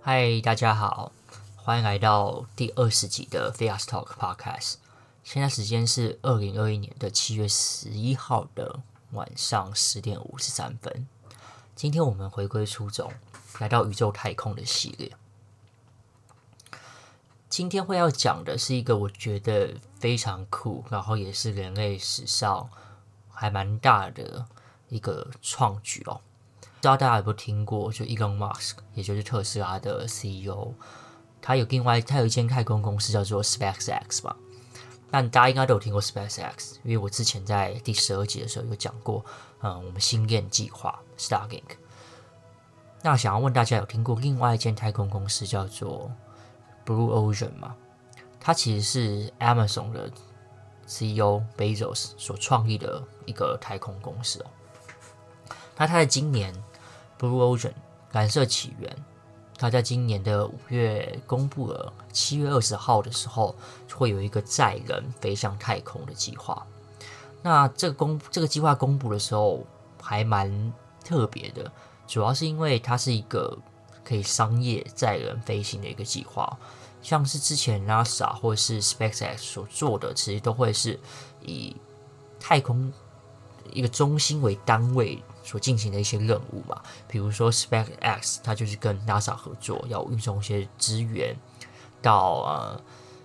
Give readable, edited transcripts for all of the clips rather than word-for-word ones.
嗨，大家好，欢迎来到第20集的 Fast Talk Podcast。现在时间是2021年的7月11号的晚上10点53分。今天我们回归初衷，来到宇宙太空的系列。今天会要讲的是一个我觉得非常酷，然后也是人类史上还蛮大的一个创举哦。不知道大家有没有听过，就 Elon Musk， 也就是特斯拉的 CEO， 他有一间太空公司叫做 SpaceX 吧。但大家应该都有听过 SpaceX， 因为我之前在第12集的时候有讲过，我们星链计划 Starlink。那想要问大家，有听过另外一间太空公司叫做 Blue Origin 吗？它其实是 Amazon 的 CEO Bezos 所创立的一个太空公司哦。那它在今年 Blue Origin 蓝色起源，它在今年的5月公布了7月20号的时候，会有一个载人飞向太空的计划。那这个计划公布的时候还蛮特别的，主要是因为它是一个可以商业载人飞行的一个计划。像是之前 NASA 或是 SpaceX 所做的，其实都会是以太空一个中心为单位所进行的一些任务嘛，比如说 SpaceX 它就是跟 NASA 合作，要运送一些资源到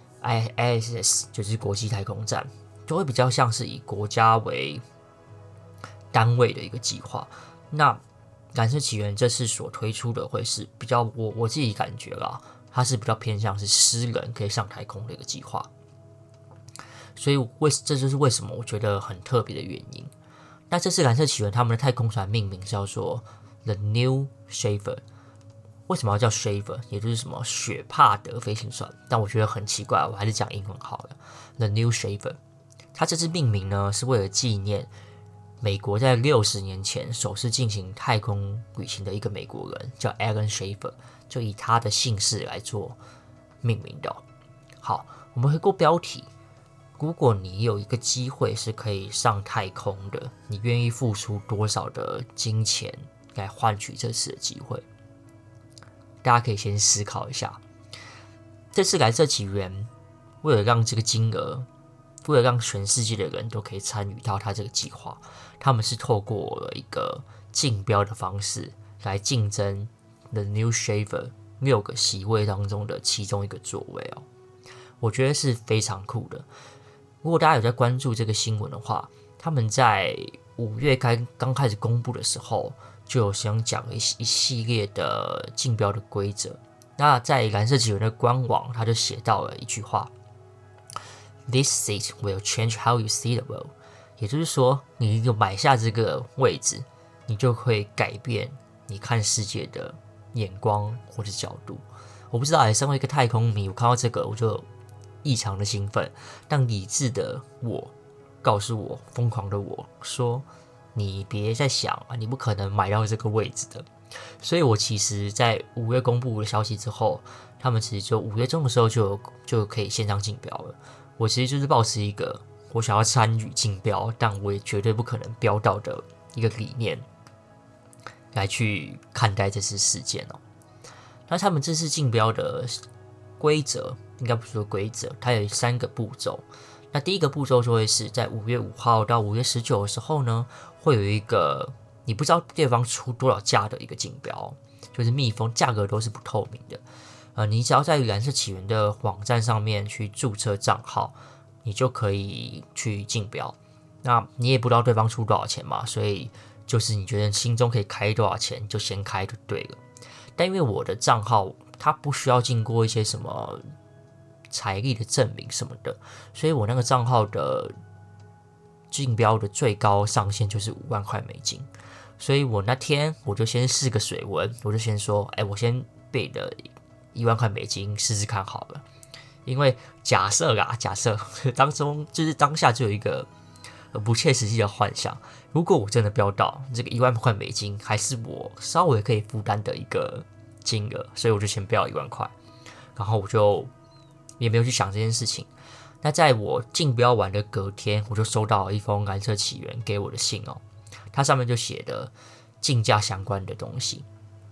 ISS 就是国际太空站，就会比较像是以国家为单位的一个计划。那蓝色起源这次所推出的会是比较我自己感觉啦，它是比较偏向是私人可以上太空的一个计划，所以这就是为什么我觉得很特别的原因。那这次蓝色起源他们的太空船命名叫做 The New Shepard。 为什么要叫 Shepard？ 也就是什么雪帕德飞行船，但我觉得很奇怪，我还是讲英文好了。 The New Shepard 它这次命名呢，是为了纪念美国在60年前首次进行太空旅行的一个美国人，叫 Alan Shepard， 就以他的姓氏来做命名的。好，我们回顾标题，如果你有一个机会是可以上太空的，你愿意付出多少的金钱来换取这次的机会？大家可以先思考一下。这次蓝色起源为了让这个金额，为了让全世界的人都可以参与到他这个计划，他们是透过了一个竞标的方式来竞争 The New Shepard 6个席位当中的其中一个座位哦。我觉得是非常酷的。如果大家有在关注这个新闻的话，他们在5月刚开始公布的时候，就有想讲了一系列的竞标的规则。那在蓝色起源的官网，他就写到了一句话 ：“This seat will change how you see the world。”也就是说，你有买下这个位置，你就会改变你看世界的眼光或者角度。我不知道，身为一个太空迷，我看到这个我就异常的兴奋，但理智的我告诉我，疯狂的我说，你别再想啊，你不可能买到这个位置的。所以我其实在5月公布的消息之后，他们其实就5月中的时候就可以线上竞标了。我其实就是抱持一个我想要参与竞标，但我也绝对不可能标到的一个理念来去看待这次事件哦。那他们这次竞标的规则，应该不是说规则，它有3个步骤。那第一个步骤就会是在5月5号到5月19的时候呢，会有一个你不知道对方出多少价的一个竞标，就是密封，价格都是不透明的。你只要在蓝色起源的网站上面去注册账号，你就可以去竞标。那你也不知道对方出多少钱嘛，所以就是你觉得心中可以开多少钱就先开就对了。但因为我的账号它不需要经过一些什么财力的证明什么的，所以我那个账号的竞标的最高上限就是5万块美金。所以我那天我就先试个水温，我就先说，我先备了1万块美金试试看好了。因为假设当下就有一个不切实际的幻想，如果我真的标到这个1万块美金，还是我稍微可以负担的一个金额，所以我就先标1万块，然后我就也没有去想这件事情。那在我竞标完的隔天，我就收到了一封蓝色起源给我的信哦，它上面就写的竞价相关的东西。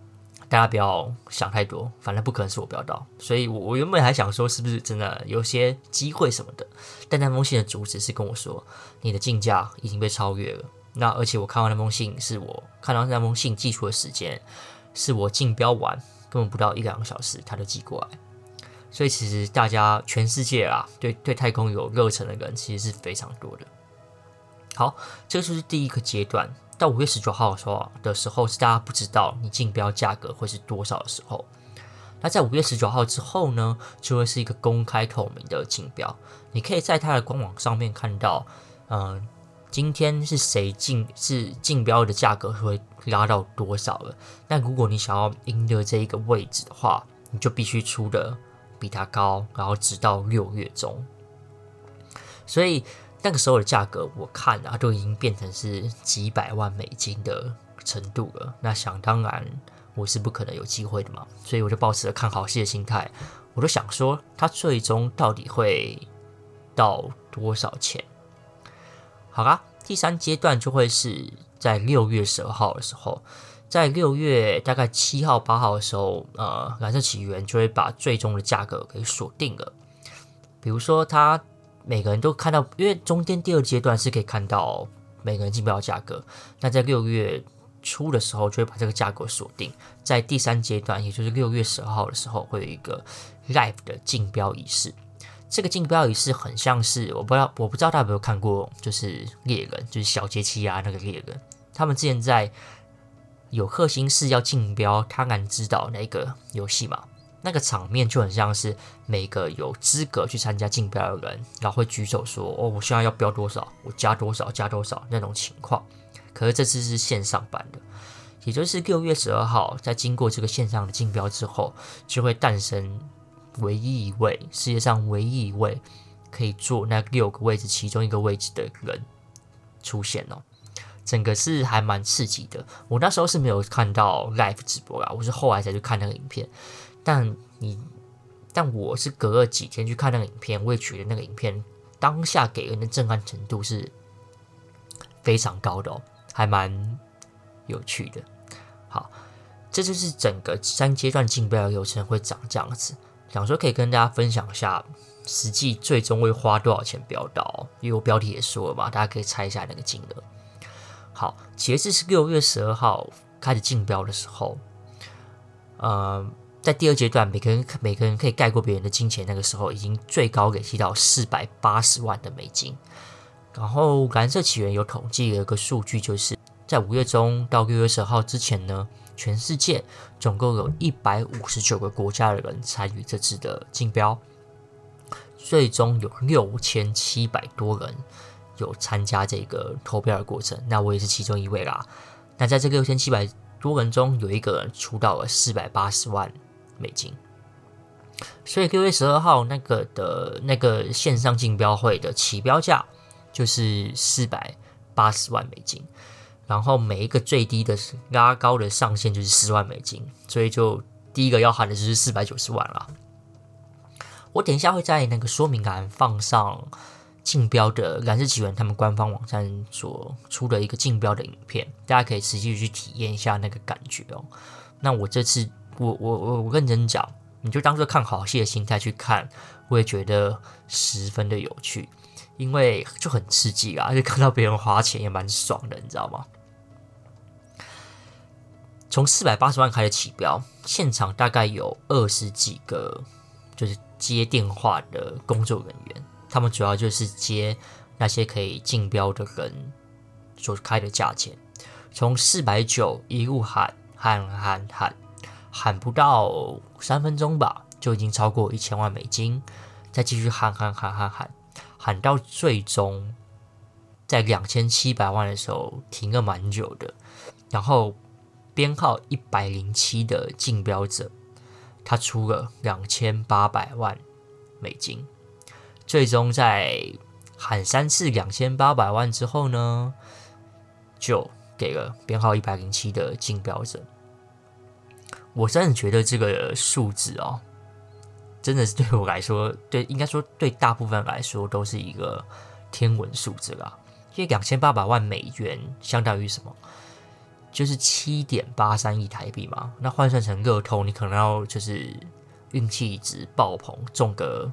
大家不要想太多，反正不可能是我标到，所以我原本还想说是不是真的有些机会什么的，但那封信的主旨是跟我说你的竞价已经被超越了。那而且我看到那封信是我看到那封信寄出的时间是我竞标完根本不到1-2个小时他就寄过来，所以其实大家全世界啊对太空有热忱的人其实是非常多的。好，这个就是第一个阶段。到5月19号的时候是大家不知道你竞标价格会是多少的时候。那在5月19号之后呢，就会是一个公开透明的竞标，你可以在它的官网上面看到，今天是谁竞标的价格会拉到多少了。那如果你想要赢得这一个位置的话，你就必须出的比它高，然后直到6月中。所以那个时候的价格，我看啊，都已经变成是几百万美金的程度了。那想当然，我是不可能有机会的嘛，所以我就抱持了看好戏的心态，我就想说，它最终到底会到多少钱？好啦，第3阶段就会是在6月12号的时候，在6月大概7号、8号的时候，蓝色起源就会把最终的价格给锁定了。比如说，他每个人都看到，因为中间第2阶段是可以看到每个人竞标的价格，那在6月初的时候就会把这个价格锁定。在第3阶段，也就是6月12号的时候，会有一个 live 的竞标仪式。这个竞标仪式很像是我不知道大家有没有看过，就是猎人，就是小杰奇亚那个猎人，他们之前在有克星市要竞标贪婪之岛那个游戏嘛，那个场面就很像是每个有资格去参加竞标的人，然后会举手说：“哦，我现在要标多少，我加多少，加多少那种情况。”可是这次是线上版的，也就是6月12号，在经过这个线上的竞标之后，就会诞生世界上唯一一位可以坐那6个位置其中一个位置的人出现哦。整个是还蛮刺激的。我那时候是没有看到 live 直播啦，我是后来才去看那个影片。但我是隔了几天去看那个影片，我也觉得那个影片当下给人的震撼程度是非常高的哦，还蛮有趣的。好，这就是整个3阶段竞标的流程会长这样子。想说可以跟大家分享一下，实际最终会花多少钱标到哦，因为我标题也说了嘛，大家可以猜一下那个金额。好，截至是6月12号开始竞标的时候，在第2阶段，每个人可以盖过别人的金钱，那个时候已经最高累积到480万的美金。然后蓝色起源有统计了一个数据，就是在5月中到6月12号之前呢，全世界总共有159个国家的人参与这次的竞标，最终有6700多人有参加这个投票的过程，那我也是其中一位啦。那在这个6700多人中，有一个人出到了480万美金，所以6月12号那个线上竞标会的起标价就是480万美金，然后每一个最低的拉高的上限就是10万美金，所以就第一个要喊的就是490万啦。我等一下会在那个说明栏放上竞标的蓝色起源他们官方网站所出的一个竞标的影片，大家可以实际去体验一下那个感觉哦。那我这次我认真讲，你就当做看好戏的心态去看，我也觉得十分的有趣，因为就很刺激啦，就看到别人花钱也蛮爽的，你知道吗？从480万开始起标，现场大概有20几个就是接电话的工作人员，他们主要就是接那些可以竞标的人所开的价钱，从490一路喊不到3分钟吧，就已经超过1000万美金，再继续喊到最终在2700万的时候停了蛮久的，然后编号107的竞标者他出了2800万美金，最终在喊3次2800万之后呢，就给了编号107的竞标者。我真的觉得这个数字哦，真的是对我来说，应该说对大部分来说都是一个天文数字啦。因为2800万美元相当于什么？ 就是7.83亿台币嘛。那换算成乐透，你可能要就是运气值爆棚，中个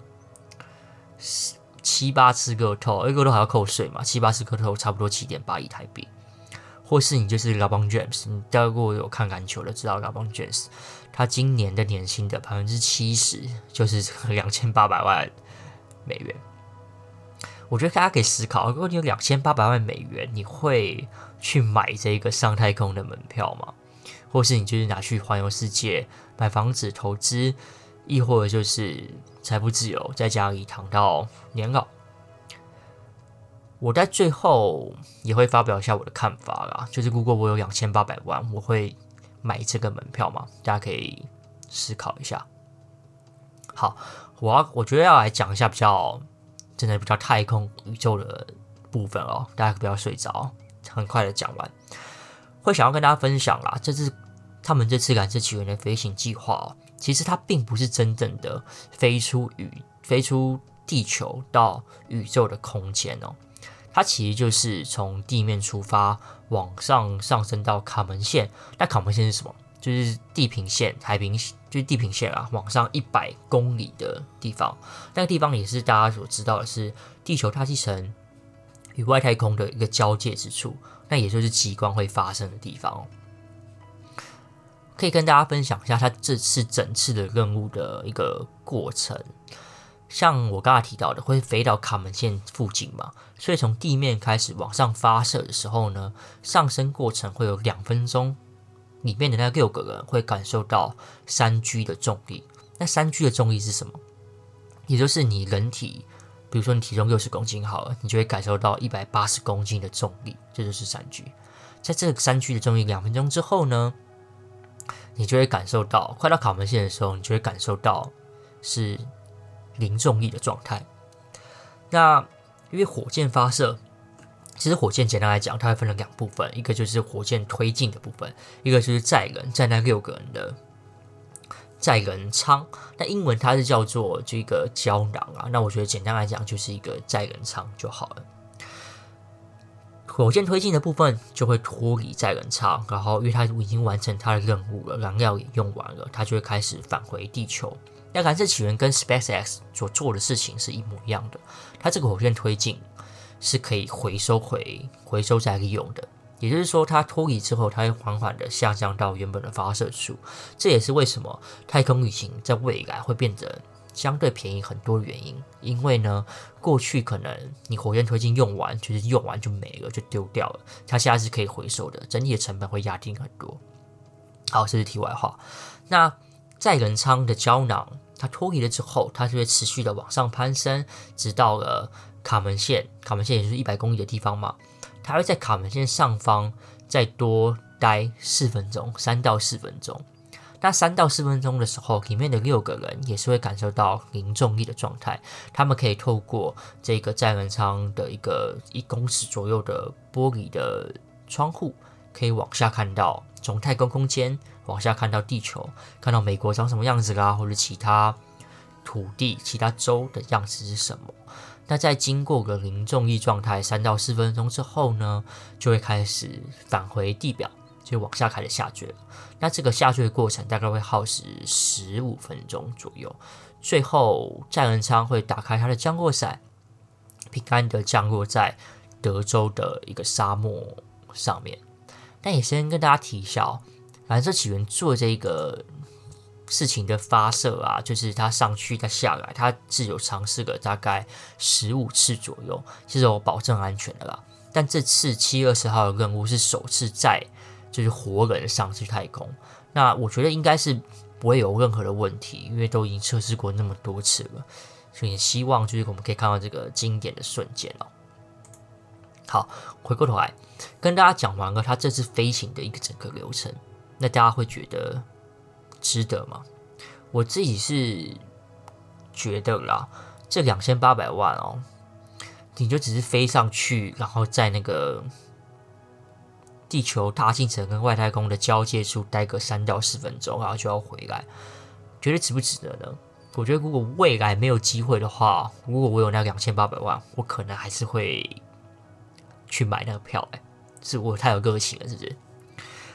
7-8次乐透，乐透还要扣税嘛，7-8次乐透差不多7.8亿台币。或是你就是 LeBron James， 你如果有看篮球的知道 LeBron James， 他今年的年薪的70%就是2800万美元。我觉得大家可以思考，如果你有2800万美元，你会去买这个上太空的门票吗？或是你就是拿去环游世界、买房子、投资，亦或者就是财富自由，在家里躺到年老？我在最后也会发表一下我的看法啦，就是如果我有2800万，我会买这个门票吗？大家可以思考一下。好，我觉得要来讲一下真的比较太空宇宙的部分哦，大家不要睡着，很快的讲完。会想要跟大家分享啦，他们这次蓝色起源的飞行计划哦，其实它并不是真正的飞出地球到宇宙的空间哦。它其实就是从地面出发，往上升到卡门线。那卡门线是什么？就是地平线、就是地平线啊，往上100公里的地方。那个地方也是大家所知道的是地球大气层与外太空的一个交界之处，那也就是极光会发生的地方哦。可以跟大家分享一下它这次整次的任务的一个过程。像我刚才提到的，会飞到卡门线附近嘛，所以从地面开始往上发射的时候呢，上升过程会有2分钟，里面的那6个人会感受到3G 的重力。那3G 的重力是什么？也就是你人体，比如说你体重60公斤好了，你就会感受到180公斤的重力，这就是 3G。在这个 3G 的重力2分钟之后呢，你就会感受到快到卡门线的时候，你就会感受到是零重力的状态。那因为火箭发射，其实火箭简单来讲，它会分成2部分，一个就是火箭推进的部分，一个就是载那6个人的载人舱。那英文它是叫做这个胶囊啊，那我觉得简单来讲就是一个载人舱就好了。火箭推进的部分就会脱离载人舱，然后因为它已经完成它的任务了，燃料也用完了，它就会开始返回地球。那蓝色起源跟 SpaceX 所做的事情是一模一样的，它这个火箭推进是可以回收再利用的，也就是说它脱离之后，它会缓缓的下降到原本的发射处。这也是为什么太空旅行在未来会变得相对便宜很多的原因。因为呢，过去可能你火箭推进用完就没了，就丢掉了，它现在是可以回收的，整体的成本会压低很多。好，这是题外话。那载人舱的胶囊，它脱离了之后，它就会持续的往上攀升，直到了卡门线。卡门线也就是100公里的地方嘛，它会在卡门线上方再多待4分钟，3到4分钟。那3到4分钟的时候，里面的6个人也是会感受到零重力的状态。他们可以透过这个载人舱的一个1公尺左右的玻璃的窗户，可以往下看到从太空空间往下看到地球，看到美国长什么样子啦，或者其他土地、其他州的样子是什么。那在经过个零重力状态3到4分钟之后呢，就会开始返回地表，就往下开始下坠了。那这个下坠的过程大概会耗时15分钟左右。最后载人舱会打开它的降落伞，平安的降落在德州的一个沙漠上面。但也先跟大家提一下蓝色起源做这个事情的发射啊，就是它上去再下来，它是有尝试了大概15次左右，是有保证安全的啦。但这次7月20号的任务是首次就是活人上去太空，那我觉得应该是不会有任何的问题，因为都已经测试过那么多次了，所以也希望就是我们可以看到这个经典的瞬间哦。好，回过头来跟大家讲完了他这次飞行的一个整个流程，那大家会觉得值得吗？我自己是觉得啦，这2800万哦，你就只是飞上去，然后在那个地球大气层跟外太空的交界处待个3到4分钟，然后就要回来，觉得值不值得呢？我觉得如果未来没有机会的话，如果我有那2800万，我可能还是会去买那个票。是我太有热情了，是不是？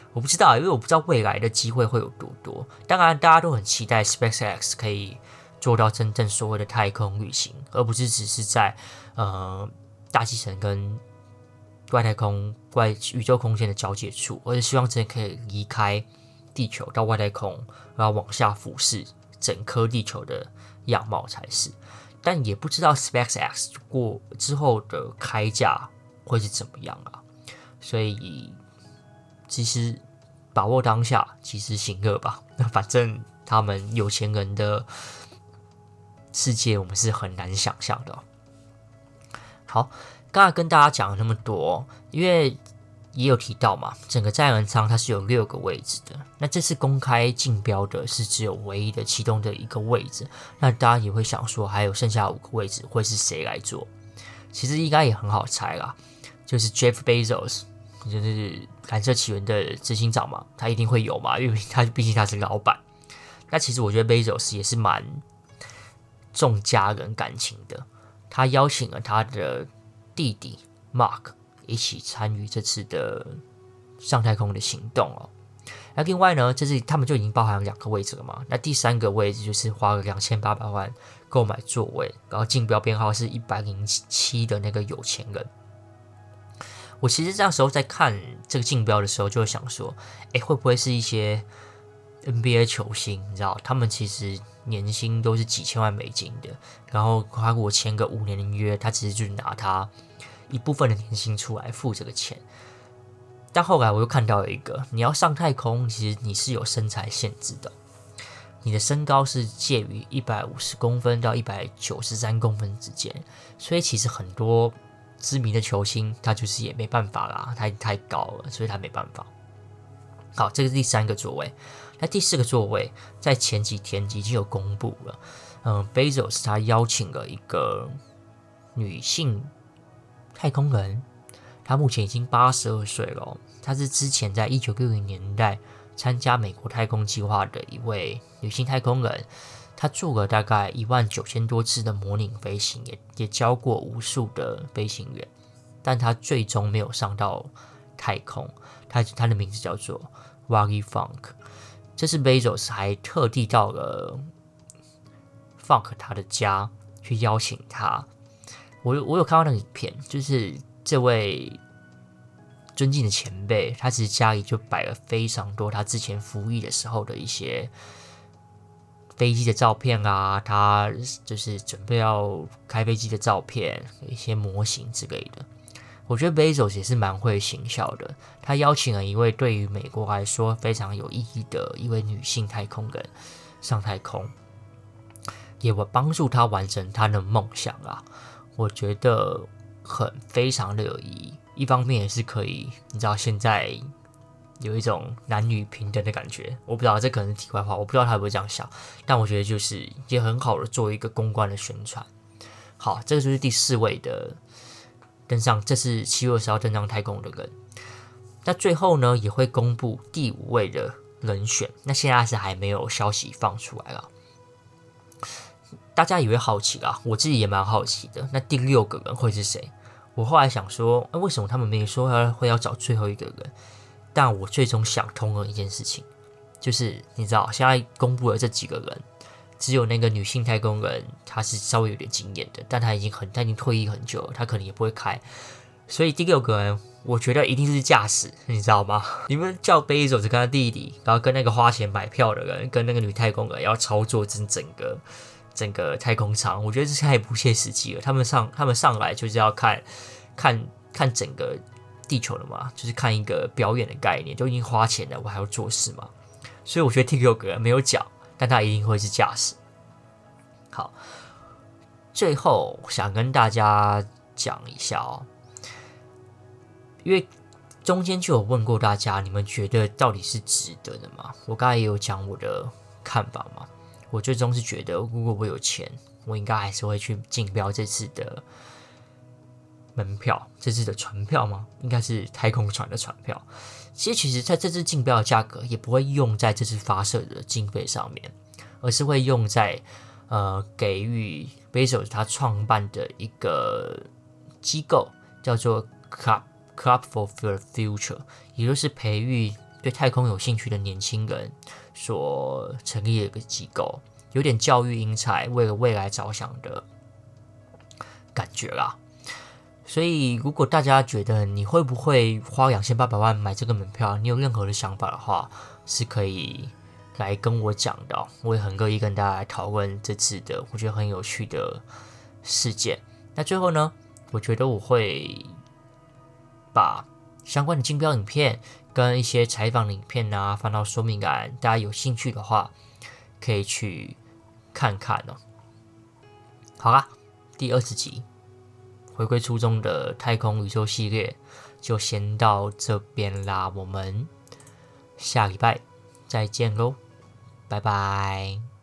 我不知道，因为我不知道未来的机会会有多多。当然，大家都很期待 SpaceX 可以做到真正所谓的太空旅行，而不是只是在大气层跟外太空、宇宙空间的交界处，而是希望真的可以离开地球到外太空，然后往下俯视整颗地球的样貌才是。但也不知道 SpaceX 过之后的开价会是怎么样啊？所以其实把握当下，及时行乐吧。反正他们有钱人的世界，我们是很难想象的。好，刚才跟大家讲了那么多，因为也有提到嘛，整个载人舱它是有6个位置的。那这次公开竞标的是只有唯一的其中的一个位置，那大家也会想说，还有剩下5个位置会是谁来做？其实应该也很好猜啦，就是 Jeff Bezos， 就是蓝色起源的执行长嘛，他一定会有嘛，因为他毕竟他是老板。那其实我觉得 Bezos 也是蛮重家人感情的，他邀请了他的弟弟 Mark 一起参与这次的上太空的行动哦。那另外呢，这次他们就已经包含2个位置了嘛。那第3个位置就是花了2800万购买座位，然后竞标编号是107的那个有钱人。我其实这时候在看这个竞标的时候，就会想说，会不会是一些 NBA 球星？你知道，他们其实年薪都是几千万美金的，然后他如果签个5年的约，他其实就拿他一部分的年薪出来付这个钱。但后来我又看到一个，你要上太空，其实你是有身材限制的，你的身高是介于150公分到193公分之间，所以其实很多知名的球星他就是也没办法啦，他太高了，所以他没办法。好，这个是第3个座位。那第4个座位在前几天已经有公布了，Bezos 他邀请了一个女性太空人，她目前已经82岁了，她是之前在1960年代参加美国太空计划的一位女性太空人，她做了大概19000多次的模拟飞行，也教过无数的飞行员，但她最终没有上到太空。她的名字叫做 Wally Funk。这次 Bezos 还特地到了 Funk 他的家去邀请他。我有看到那个影片，就是这位尊敬的前辈，他其实家里就摆了非常多他之前服役的时候的一些飞机的照片啊，他就是准备要开飞机的照片，一些模型之类的。我觉得 Bezos 也是蛮会行销的，他邀请了一位对于美国来说非常有意义的一位女性太空人上太空，也帮助他完成他的梦想啊。我觉得非常的有意义。一方面也是可以，你知道现在有一种男女平等的感觉，我不知道这可能是题外话，我不知道他会不会这样想，但我觉得就是也很好的做一个公关的宣传。好，这个就是第4位的登上，这是7月20号登上太空的人。那最后呢，也会公布第5位的人选。那现在是还没有消息放出来了，大家也会好奇啦，我自己也蛮好奇的。那第6个人会是谁？我后来想说，为什么他们没说会要找最后一个人？但我最终想通了一件事情，就是你知道，现在公布了这几个人，只有那个女性太空人，她是稍微有点经验的，但她已经退役很久了，她可能也不会开。所以第6个人，我觉得一定是驾驶，你知道吗？你们叫Bezos跟他弟弟，然后跟那个花钱买票的人，跟那个女太空人要操作整个太空舱，我觉得这太不切实际了。他们上来就是要看整个地球了嘛，就是看一个表演的概念，都已经花钱了，我还要做事嘛？所以我觉得第6个人没有讲，但他一定会是驾驶。好，最后想跟大家讲一下哦，因为中间就有问过大家，你们觉得到底是值得的吗？我刚才也有讲我的看法嘛。我最终是觉得，如果我有钱，我应该还是会去竞标这次的门票，这次的船票吗？应该是太空船的船票。其实在这次竞标的价格也不会用在这次发射的经费上面，而是会用在给予 Bezos 他创办的一个机构，叫做 Club for the Future， 也就是培育对太空有兴趣的年轻人所成立的一个机构，有点教育英才，为了未来着想的感觉啦。所以如果大家觉得你会不会花2800万买这个门票，你有任何的想法的话，是可以来跟我讲的我也很乐意跟大家来讨论这次的我觉得很有趣的事件。那最后呢，我觉得我会把相关的竞标影片跟一些采访的影片啊放到说明栏，大家有兴趣的话可以去看看好啦，第20集回归初衷的太空宇宙系列就先到这边啦，我们下礼拜再见喽，拜拜。